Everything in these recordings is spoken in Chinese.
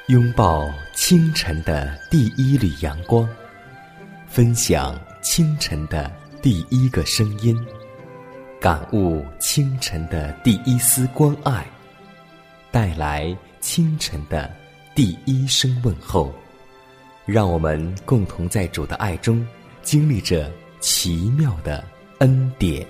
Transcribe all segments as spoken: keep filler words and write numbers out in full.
拥抱清晨的第一缕阳光，分享清晨的第一个声音，感悟清晨的第一丝关爱，带来清晨的第一声问候。让我们共同在主的爱中经历着奇妙的恩典。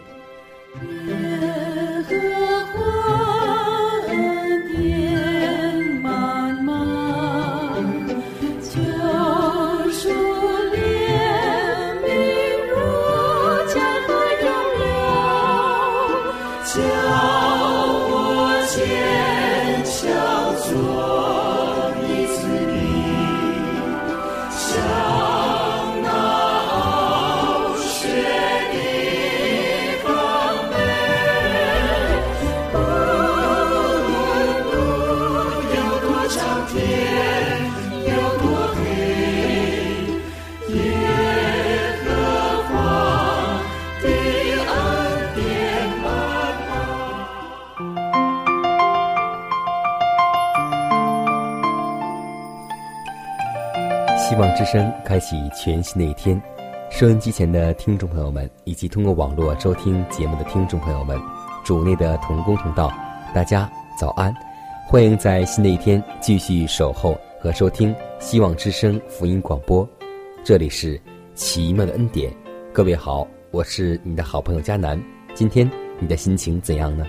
希望之声开启全新的一天，收音机前的听众朋友们，以及通过网络收听节目的听众朋友们，主内的同工同道，大家早安！欢迎在新的一天继续守候和收听希望之声福音广播，这里是奇妙的恩典。各位好，我是你的好朋友佳南，今天你的心情怎样呢？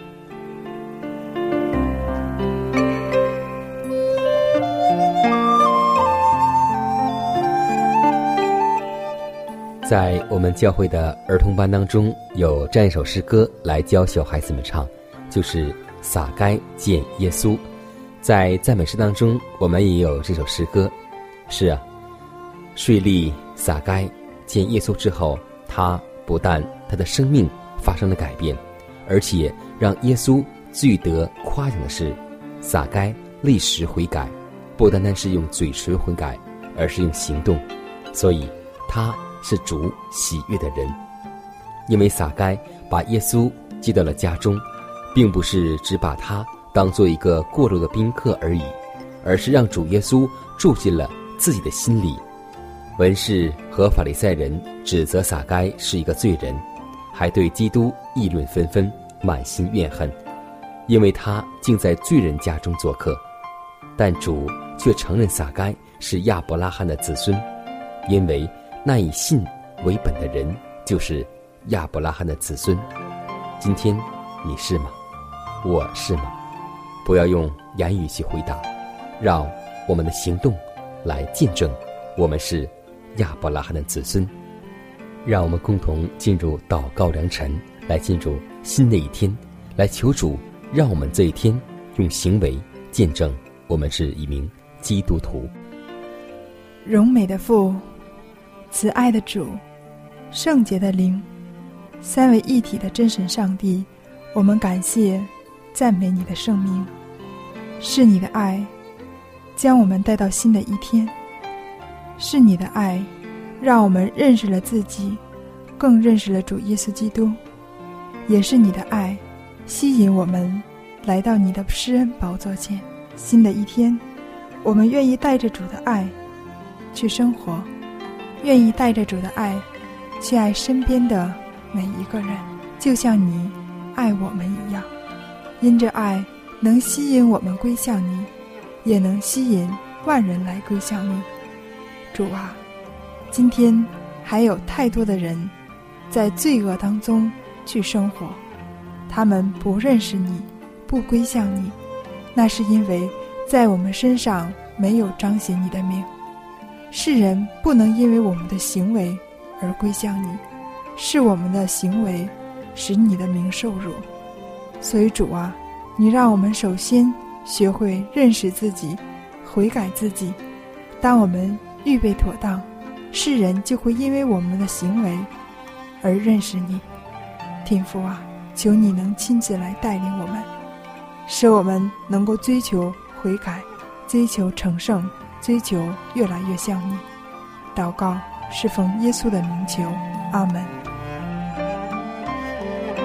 在我们教会的儿童班当中，有这样一首诗歌来教小孩子们唱，就是撒该见耶稣。在赞美诗当中，我们也有这首诗歌。是啊，税吏撒该见耶稣之后，他不但他的生命发生了改变，而且让耶稣最得夸奖的是，撒该立时悔改，不单单是用嘴唇悔改，而是用行动。所以他是主喜悦的人。因为撒该把耶稣接到了家中，并不是只把他当做一个过路的宾客而已，而是让主耶稣住进了自己的心里。文士和法利赛人指责撒该是一个罪人，还对基督议论纷纷，满心怨恨，因为他竟在罪人家中做客。但主却承认撒该是亚伯拉罕的子孙，因为那以信为本的人就是亚伯拉罕的子孙。今天你是吗？我是吗？不要用言语去回答，让我们的行动来见证我们是亚伯拉罕的子孙。让我们共同进入祷告良辰，来进入新的一天，来求主让我们这一天用行为见证我们是一名基督徒。 荣美的父，慈爱的主，圣洁的灵，三位一体的真神上帝，我们感谢赞美你的圣名。是你的爱将我们带到新的一天，是你的爱让我们认识了自己，更认识了主耶稣基督，也是你的爱吸引我们来到你的施恩宝座前。新的一天，我们愿意带着主的爱去生活，愿意带着主的爱去爱身边的每一个人，就像你爱我们一样。因着爱能吸引我们归向你，也能吸引万人来归向你。主啊，今天还有太多的人在罪恶当中去生活，他们不认识你，不归向你，那是因为在我们身上没有彰显你的名。世人不能因为我们的行为而归向你，是我们的行为使你的名受辱。所以主啊，你让我们首先学会认识自己，悔改自己。当我们预备妥当，世人就会因为我们的行为而认识你。天父啊，求你能亲自来带领我们，使我们能够追求悔改，追求成圣，追求越来越像你。祷告是奉耶稣的名求，阿们。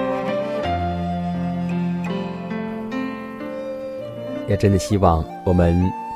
也真的希望我们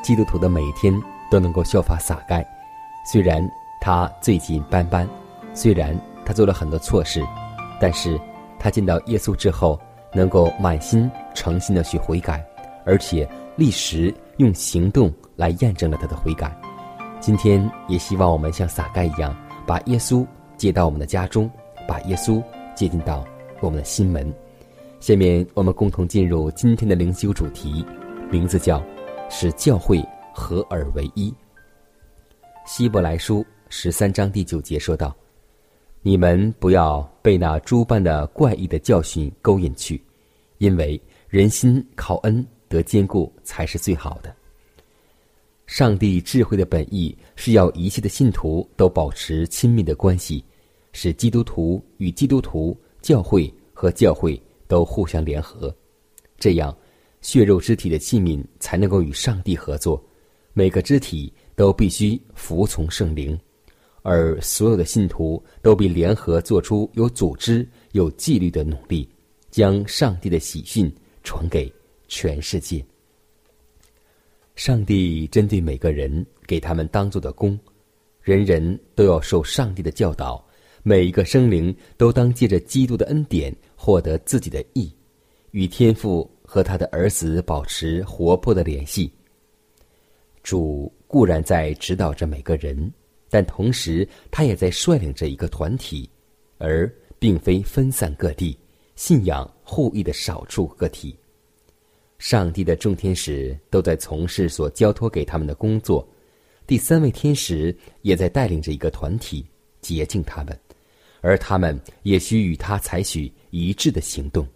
基督徒的每一天都能够效法撒该。虽然他罪尽斑斑，虽然他做了很多错事，但是他见到耶稣之后，能够满心诚心的去悔改，而且立时用行动来验证了他的悔改。今天也希望我们像撒该一样，把耶稣接到我们的家中，把耶稣接进到我们的心门。下面我们共同进入今天的灵修主题，名字叫使教会合而为一。希伯来书十三章第九节说道，你们不要被那诸般的怪异的教训勾引去，因为人心靠恩得坚固才是最好的。上帝智慧的本意是要一切的信徒都保持亲密的关系，使基督徒与基督徒、教会和教会都互相联合，这样血肉肢体的器皿才能够与上帝合作，每个肢体都必须服从圣灵，而所有的信徒都必联合做出有组织、有纪律的努力，将上帝的喜讯传给全世界。上帝针对每个人给他们当做的工，人人都要受上帝的教导，每一个生灵都当借着基督的恩典获得自己的义，与天父和他的儿子保持活泼的联系。主固然在指导着每个人，但同时他也在率领着一个团体，而并非分散各地信仰互异的少数个体。上帝的众天使都在从事所交托给他们的工作，第三位天使也在带领着一个团体洁净他们，而他们也需与他采取一致的行动。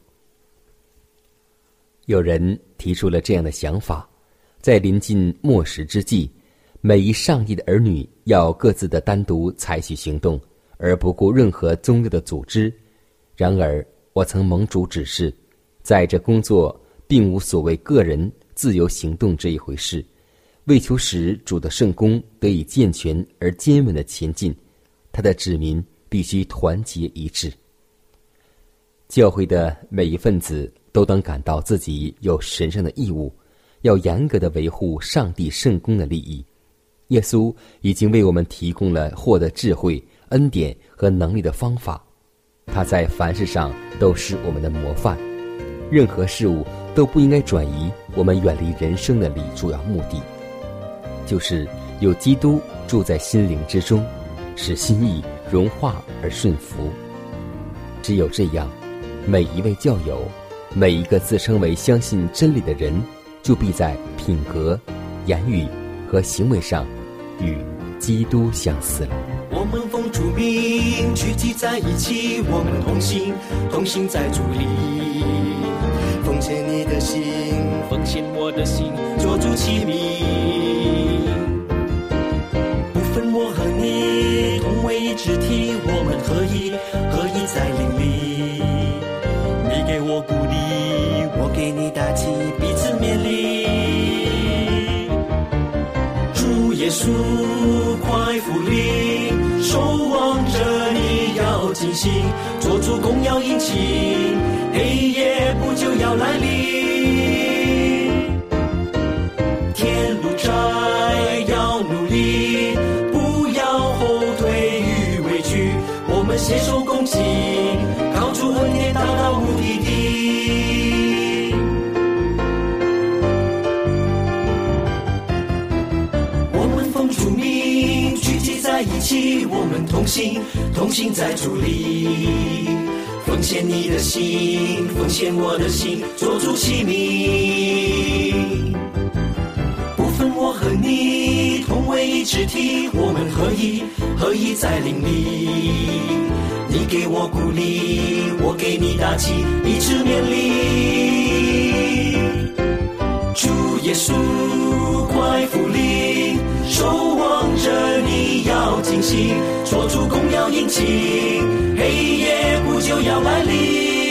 有人提出了这样的想法，在临近末时之际，每一上帝的儿女要各自的单独采取行动，而不顾任何宗教的组织。然而我曾蒙主指示，在这工作并无所谓个人自由行动这一回事，为求使主的圣工得以健全而坚稳的前进，他的子民必须团结一致。教会的每一份子都当感到自己有神圣的义务，要严格的维护上帝圣工的利益。耶稣已经为我们提供了获得智慧、恩典和能力的方法，他在凡事上都是我们的模范。任何事物都不应该转移我们远离人生的理主要目的，就是有基督住在心灵之中，使心意融化而顺服。只有这样，每一位教友，每一个自称为相信真理的人，就必在品格、言语和行为上与基督相似了。 我们奉主名聚集在一起，我们同行，同行在主里。奉献你的心，奉献我的心，做主器皿。不分我和你，同为一肢体，我们合一，合一在灵里。你给我鼓励，我给你打气，彼此勉励。主耶稣快复临，守望着你要警醒，做主公要殷勤，黑夜不久要来临。天路窄要努力，不要后退与畏惧，我们携手共进，靠主恩典达到目的地。我们奉主名聚集在一起，我们同行，同行在主里。奉献你的心，奉献我的心，做主器皿。不分我和你，同为一肢体，我们合一，合一在灵里。你给我鼓励，我给你打气，彼此勉励。主耶稣快复临，守望着你要警醒，做主公要殷勤，黑夜不久要来临。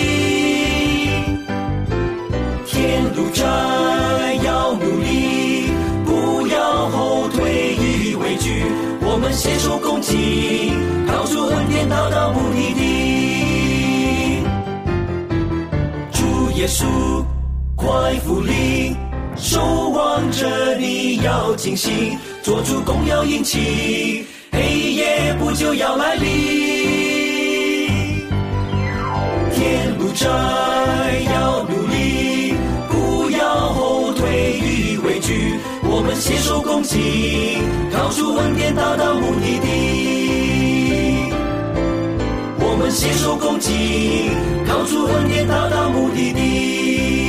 天路窄要努力，不要后退与畏惧，我们携手共进，靠主恩典达到目的地。主耶稣快复临， 守望着你要惊醒，做主公要引起，黑夜不久要来临。天路窄要努力，不要后退与畏惧，我们携手共进，靠主恩典达到目的地。我们携手共进，靠主恩典达到目的地。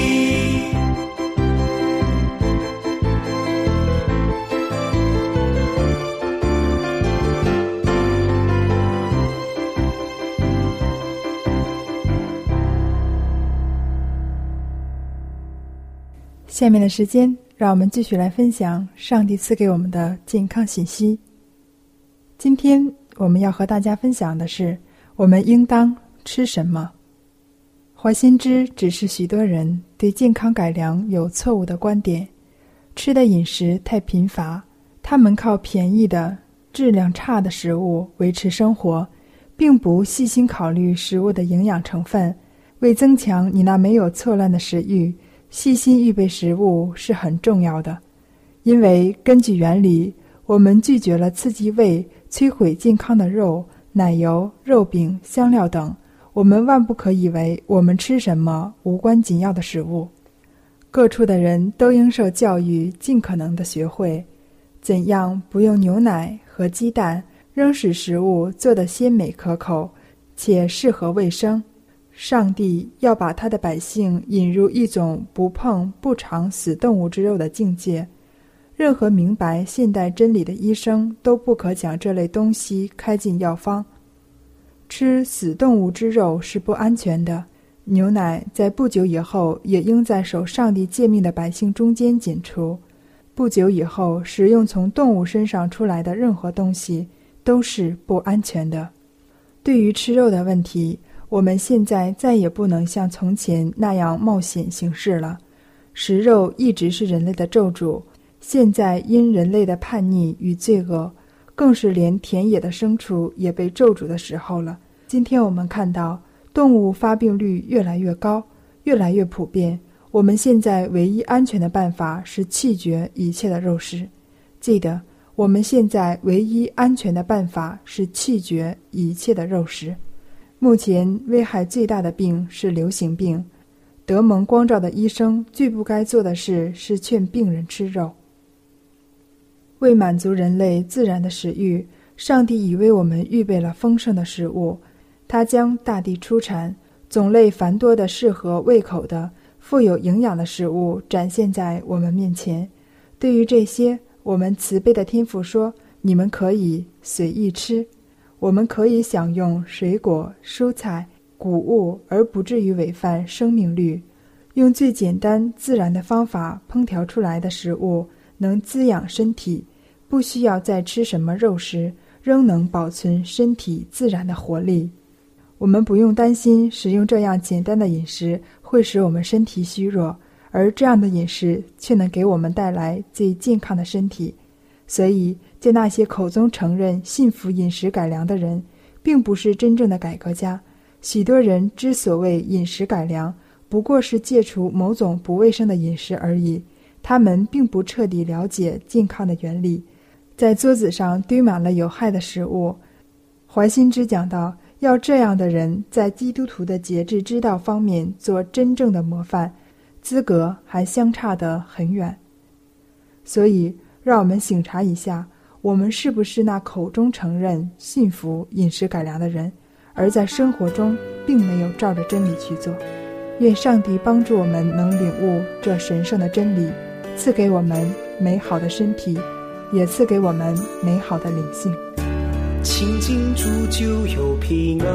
下面的时间，让我们继续来分享上帝赐给我们的健康信息。今天我们要和大家分享的是，我们应当吃什么。华先知指示许多人对健康改良有错误的观点，吃的饮食太贫乏，他们靠便宜的、质量差的食物维持生活，并不细心考虑食物的营养成分。为增强你那没有错乱的食欲，细心预备食物是很重要的。因为根据原理，我们拒绝了刺激胃、摧毁健康的肉、奶油、肉饼、香料等，我们万不可以为我们吃什么无关紧要的食物。各处的人都应受教育，尽可能的学会怎样不用牛奶和鸡蛋，仍使食物做得鲜美可口且适合卫生。上帝要把他的百姓引入一种不碰不尝死动物之肉的境界，任何明白现代真理的医生都不可将这类东西开进药方。吃死动物之肉是不安全的，牛奶在不久以后也应在守上帝诫命的百姓中间剪除。不久以后食用从动物身上出来的任何东西都是不安全的。对于吃肉的问题，我们现在再也不能像从前那样冒险行事了。食肉一直是人类的咒诅，现在因人类的叛逆与罪恶，更是连田野的牲畜也被咒诅的时候了。今天我们看到动物发病率越来越高，越来越普遍。我们现在唯一安全的办法是弃绝一切的肉食。记得，我们现在唯一安全的办法是弃绝一切的肉食。目前危害最大的病是流行病，得蒙光照的医生最不该做的事是劝病人吃肉。为满足人类自然的食欲，上帝已为我们预备了丰盛的食物，他将大地出产种类繁多的适合胃口的富有营养的食物展现在我们面前。对于这些，我们慈悲的天父说，你们可以随意吃，我们可以享用水果、蔬菜、谷物，而不至于违反生命律。用最简单自然的方法烹调出来的食物能滋养身体，不需要再吃什么肉食，仍能保存身体自然的活力。我们不用担心使用这样简单的饮食会使我们身体虚弱，而这样的饮食却能给我们带来最健康的身体。所以在那些口中承认信服饮食改良的人，并不是真正的改革家。许多人之所谓饮食改良，不过是戒除某种不卫生的饮食而已，他们并不彻底了解健康的原理。在桌子上堆满了有害的食物。怀新之讲到，要这样的人在基督徒的节制之道方面做真正的模范，资格还相差得很远。所以让我们省察一下，我们是不是那口中承认信服饮食改良的人，而在生活中并没有照着真理去做。愿上帝帮助我们能领悟这神圣的真理，赐给我们美好的身体，也赐给我们美好的灵性。 亲近主就有平安，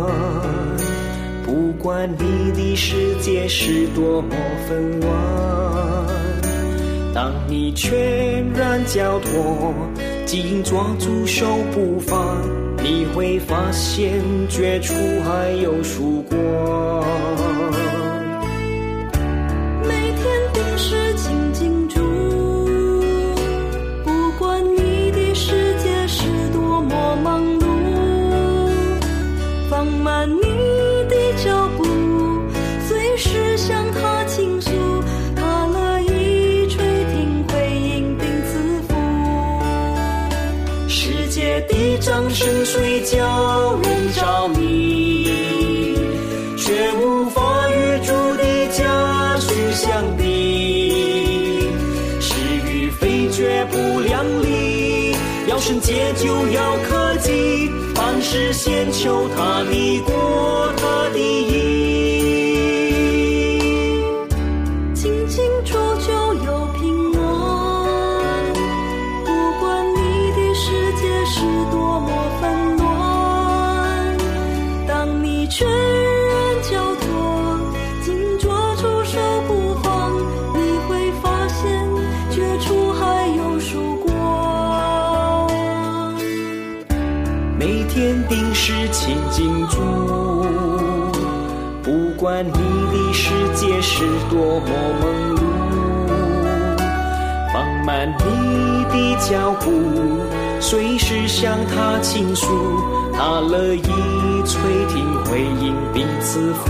不管你的世界是多么纷乱，当你全然交托，紧抓住手不放，你会发现绝处还有曙光。 每天定时亲近主，不管你的世界是多么忙碌，放慢你的脚步，随时向他倾诉，他乐意世界的掌声虽叫人着迷，却无法与主的家训相比。是与非绝不两立，要圣洁就要克己，凡事先求他的国他的义。 亲近主就有平安，不管你的世界是多么纷乱，当你全然交托，紧抓住手不放，你会发现绝处还有曙光。 每天定时亲近主，不管你的世界是多么忙碌，放慢你的脚步，随时向他倾诉，他乐意垂听回应并赐福。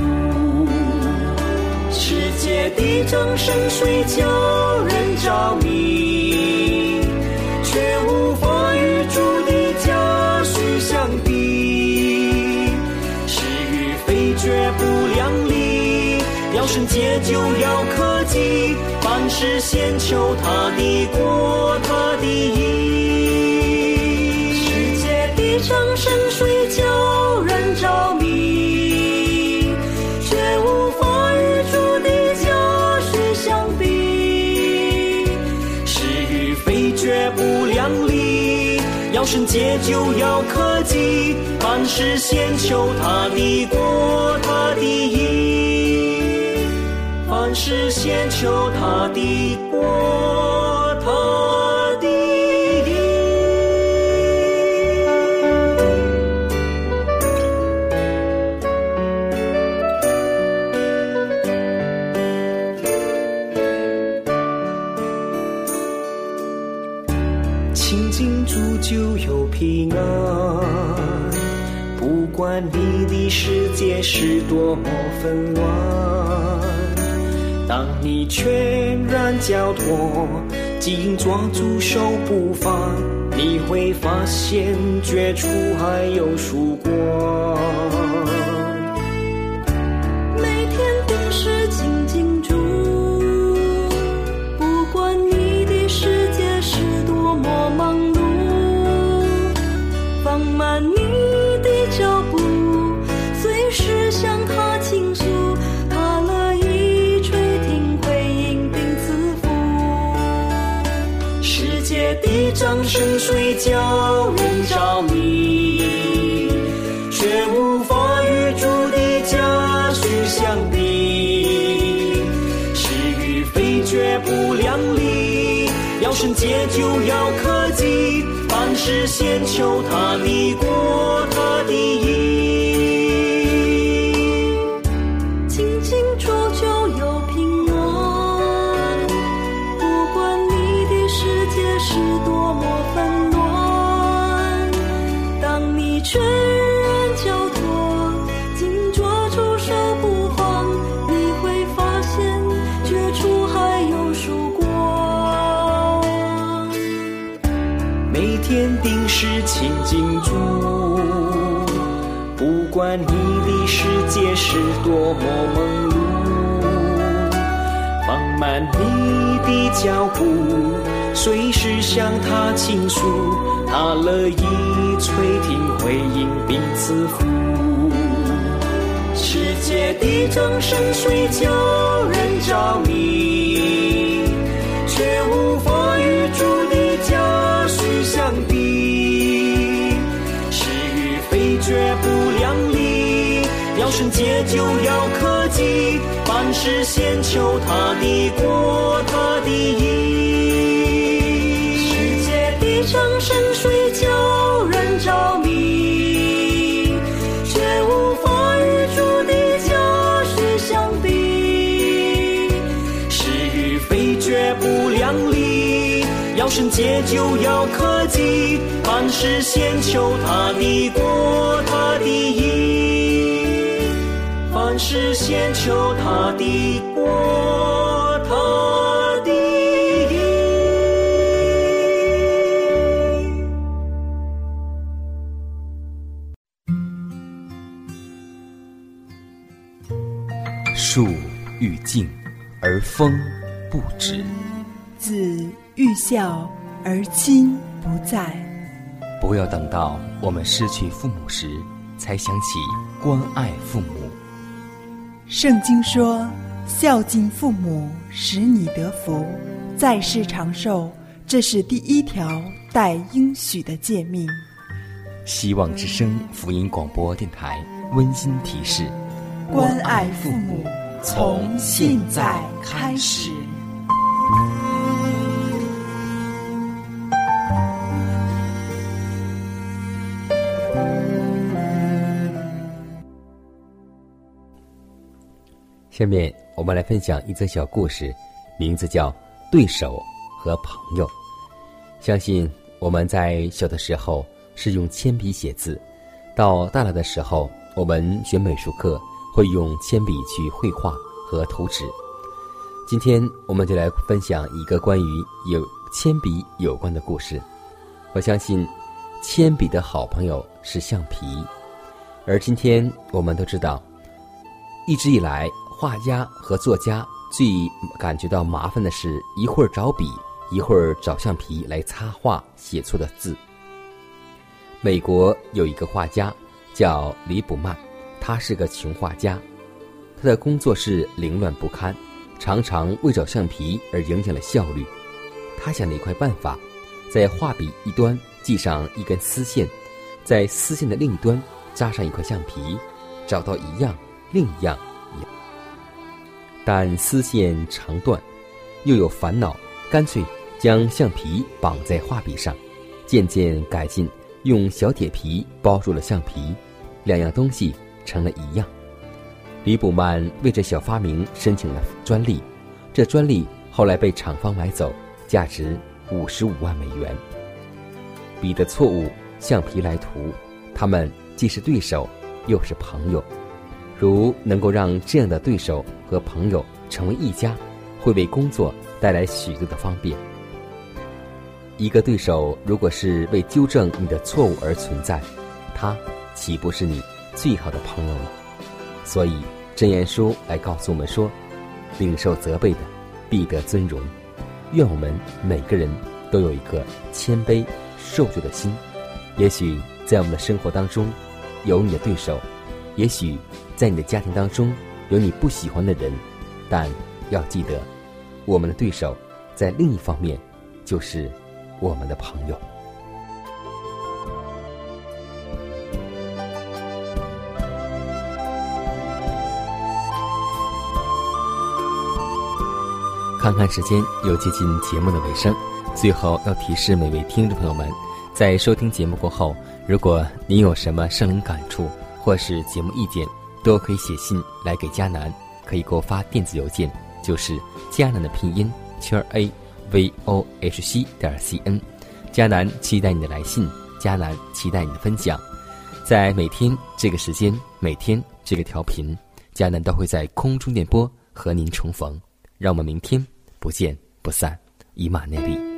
世界的掌声虽叫人着迷，却无法与主的家训相比。是与非绝不两立，要圣洁就要克己，凡事先求他的国他的义。 世界的掌声虽叫人着迷，却无法与主的家训相比。 是与非绝不两立，要圣洁就要克己，凡事先求他的国他的义。凡事先求他的国他的义。亲近主就有平安，不管你的世界是多么纷乱，当你全然交托，紧抓住手不放，你会发现绝处还有曙光。 每天定时亲近主，不管你的世界是多么忙碌，放慢你的脚步，随时向他倾诉，他乐意垂听回应并赐福。 世界的掌声虽叫人着迷，却无法与主的家训相比。是与非绝不两立，要圣洁就要克己，凡事先求他的国他的义。 亲近主就有平安，不管你的世界是多么纷乱，当你全然交托，紧抓住手不放，你会发现绝处还有曙光。 每天定时亲近主，不管你的世界是多么忙碌，放慢你的脚步，随时向他倾诉，他乐意垂听回应并赐福。世界的掌声虽叫人着迷，却无法与主的家训相比。是与非绝不两立，要圣洁就要克己，凡事先求他的国他的义。 世界的掌声虽叫人着迷，却无法与主的家训相比。 是与非绝不两立，要圣洁就要克己，凡事先求他的国他的义。凡事先求他的国他的义。 树欲静而风不止， 子欲孝而亲不在。 不要等到我们失去父母时才想起关爱父母。 圣经说，孝敬父母使你得福，在世长寿，这是第一条带应许的诫命。 希望之声福音广播电台温馨提示： 关爱父母，从现在开始。 下面我们来分享一则小故事，名字叫《对手和朋友》。相信我们在小的时候是用铅笔写字，到大了的时候，我们学美术课会用铅笔去绘画和涂纸。今天我们就来分享一个关于有铅笔有关的故事。我相信铅笔的好朋友是橡皮，而今天我们都知道，一直以来画家和作家最感觉到麻烦的是，一会儿找笔，一会儿找橡皮来擦画写错的字。美国有一个画家叫李卜曼，他是个穷画家，他的工作室凌乱不堪，常常为找橡皮而影响了效率。他想了一块办法，在画笔一端系上一根丝线，在丝线的另一端扎上一块橡皮，找到一样另一样，但丝线长断，又有烦恼，干脆将橡皮绑在画笔上，渐渐改进用小铁皮包住了橡皮，两样东西成了一样。李卜曼为这小发明申请了专利，这专利后来被厂方买走，价值五十五万美元。笔的错误，橡皮来涂，他们既是对手，又是朋友。如能够让这样的对手和朋友成为一家，会为工作带来许多的方便。一个对手如果是为纠正你的错误而存在，他岂不是你最好的朋友吗？所以箴言书来告诉我们说，领受责备的必得尊荣。愿我们每个人都有一个谦卑受助的心。也许在我们的生活当中有你的对手，也许在你的家庭当中有你不喜欢的人，但要记得，我们的对手在另一方面就是我们的朋友。看看时间，又接近节目的尾声，最后要提示每位听众朋友们，在收听节目过后，如果您有什么圣灵感触或是节目意见，都可以写信来给迦南，可以给我发电子邮件，就是迦南的拼音圈 a v o h c 点 c n。迦南期待你的来信，迦南期待你的分享。在每天这个时间，每天这个调频，迦南都会在空中电波和您重逢。让我们明天不见不散，以马内利。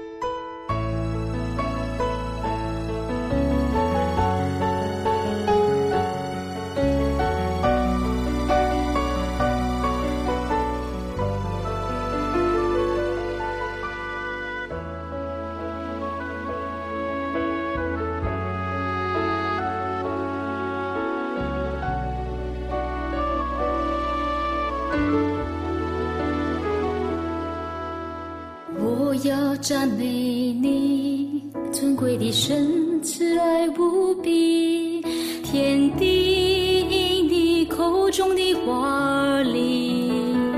要赞美你尊贵的神，慈爱无比，天地因你口中的话里，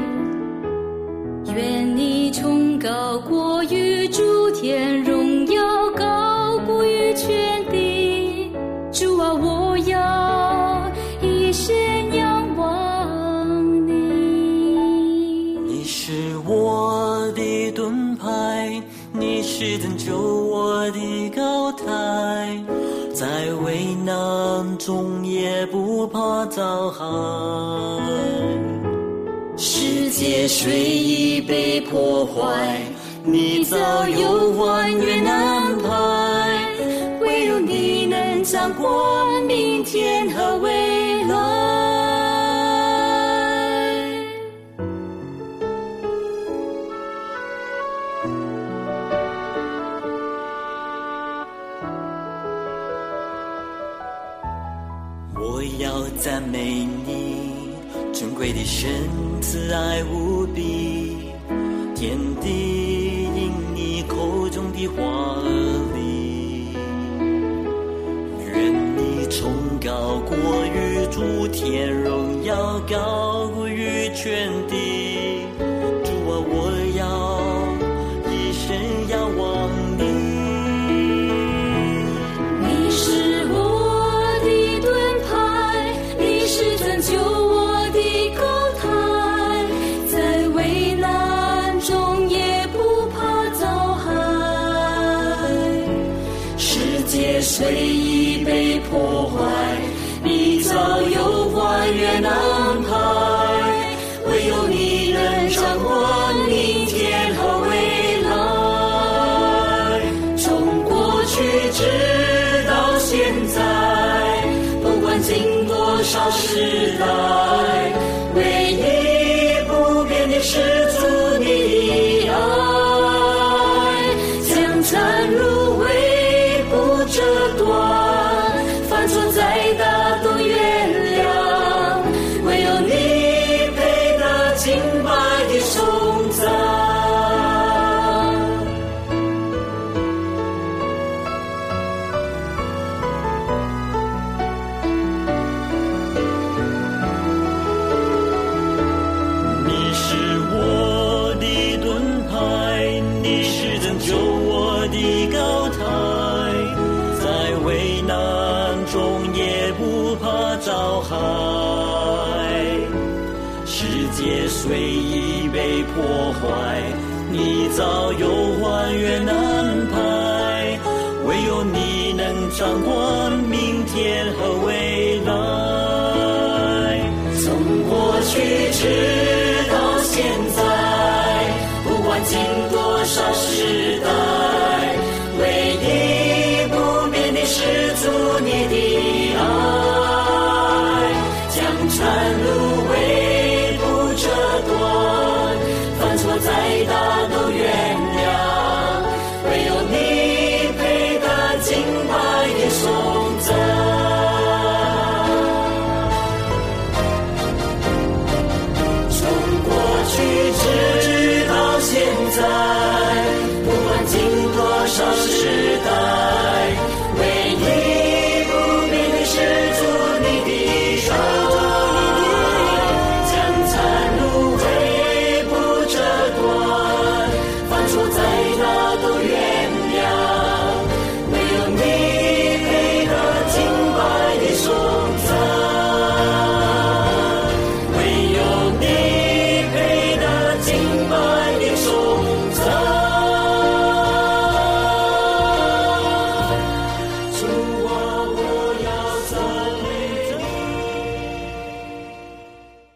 愿你崇高过于诸天，荣耀高过于全地。主啊，我要一生仰望你。 你是我的盾牌，你是拯救我的高台，在危难中也不怕遭害。世界虽已被破坏，你早有还原安排，唯有你能掌管明天和未来。 我要赞美你，珍贵的神，慈爱无比，天地因你口中的话而立。愿你崇高过于诸天，荣耀高过于全地。主啊，我要一生仰望你。 你是我的盾牌，你是拯救我的高台，在危难中也不怕遭害。 世界虽已被破坏，你早有还原安排，唯有你能掌管明天和未来。从过去直到现在，不管经多少时代，唯一不变的是主你的爱，将残路微不折断，犯错再大都原谅，唯有你配得敬拜的颂赞。你是我的盾牌，你是拯救我的高台，在危难中也不怕遭害。世界虽已被破坏，你早有还原安排，唯有你能掌管明天和未来。从过去直到现在，不管经多少时代，唯一不变的是主你的爱，将残路微不折断，犯错再大都原谅，唯有你配得敬拜的颂赞。从过去直到现在，不管经多少时代，唯一不变的是主你的爱，将残路微不折断，犯错再大都原谅，唯有你配得敬拜的颂赞，唯有你配得敬拜